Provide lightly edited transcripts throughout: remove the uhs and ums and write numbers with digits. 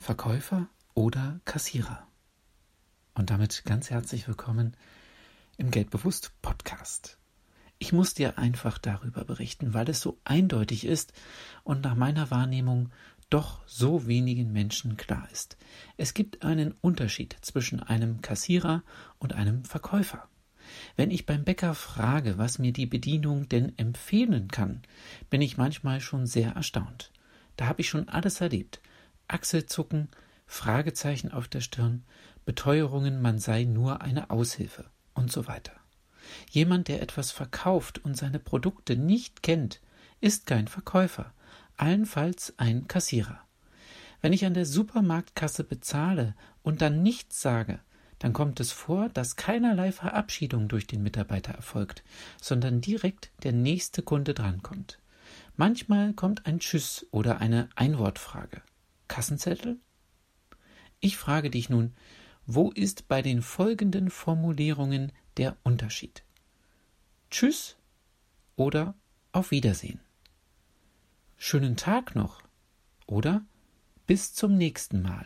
Verkäufer oder Kassierer? Und damit ganz herzlich willkommen im Geldbewusst Podcast. Ich muss dir einfach darüber berichten, weil es so eindeutig ist und nach meiner Wahrnehmung doch so wenigen Menschen klar ist. Es gibt einen Unterschied zwischen einem Kassierer und einem Verkäufer. Wenn ich beim Bäcker frage, was mir die Bedienung denn empfehlen kann, bin ich manchmal schon sehr erstaunt. Da habe ich schon alles erlebt. Achselzucken, Fragezeichen auf der Stirn, Beteuerungen, man sei nur eine Aushilfe und so weiter. Jemand, der etwas verkauft und seine Produkte nicht kennt, ist kein Verkäufer, allenfalls ein Kassierer. Wenn ich an der Supermarktkasse bezahle und dann nichts sage, dann kommt es vor, dass keinerlei Verabschiedung durch den Mitarbeiter erfolgt, sondern direkt der nächste Kunde drankommt. Manchmal kommt ein Tschüss oder eine Einwortfrage. Kassenzettel? Ich frage dich nun, wo ist bei den folgenden Formulierungen der Unterschied? Tschüss oder auf Wiedersehen? Schönen Tag noch oder bis zum nächsten Mal?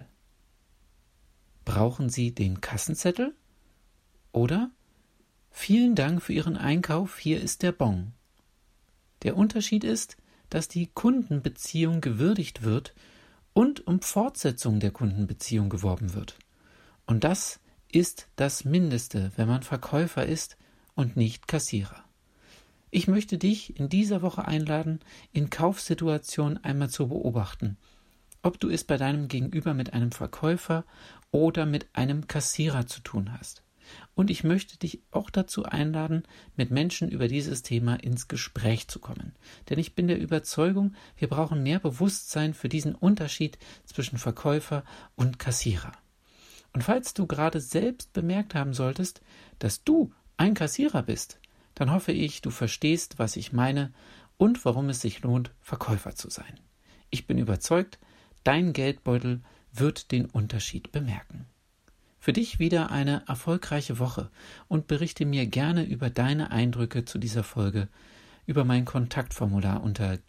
Brauchen Sie den Kassenzettel oder vielen Dank für Ihren Einkauf, hier ist der Bon? Der Unterschied ist, dass die Kundenbeziehung gewürdigt wird und um Fortsetzung der Kundenbeziehung geworben wird. Und das ist das Mindeste, wenn man Verkäufer ist und nicht Kassierer. Ich möchte dich in dieser Woche einladen, in Kaufsituationen einmal zu beobachten, ob du es bei deinem Gegenüber mit einem Verkäufer oder mit einem Kassierer zu tun hast. Und ich möchte dich auch dazu einladen, mit Menschen über dieses Thema ins Gespräch zu kommen. Denn ich bin der Überzeugung, wir brauchen mehr Bewusstsein für diesen Unterschied zwischen Verkäufer und Kassierer. Und falls du gerade selbst bemerkt haben solltest, dass du ein Kassierer bist, dann hoffe ich, du verstehst, was ich meine und warum es sich lohnt, Verkäufer zu sein. Ich bin überzeugt, dein Geldbeutel wird den Unterschied bemerken. Für dich wieder eine erfolgreiche Woche und berichte mir gerne über deine Eindrücke zu dieser Folge über mein Kontaktformular unter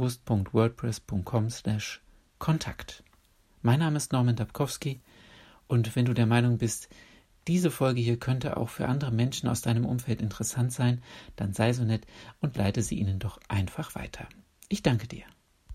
geldbewusst.wordpress.com/Kontakt. Mein Name ist Norman Dabkowski und wenn du der Meinung bist, diese Folge hier könnte auch für andere Menschen aus deinem Umfeld interessant sein, dann sei so nett und leite sie ihnen doch einfach weiter. Ich danke dir.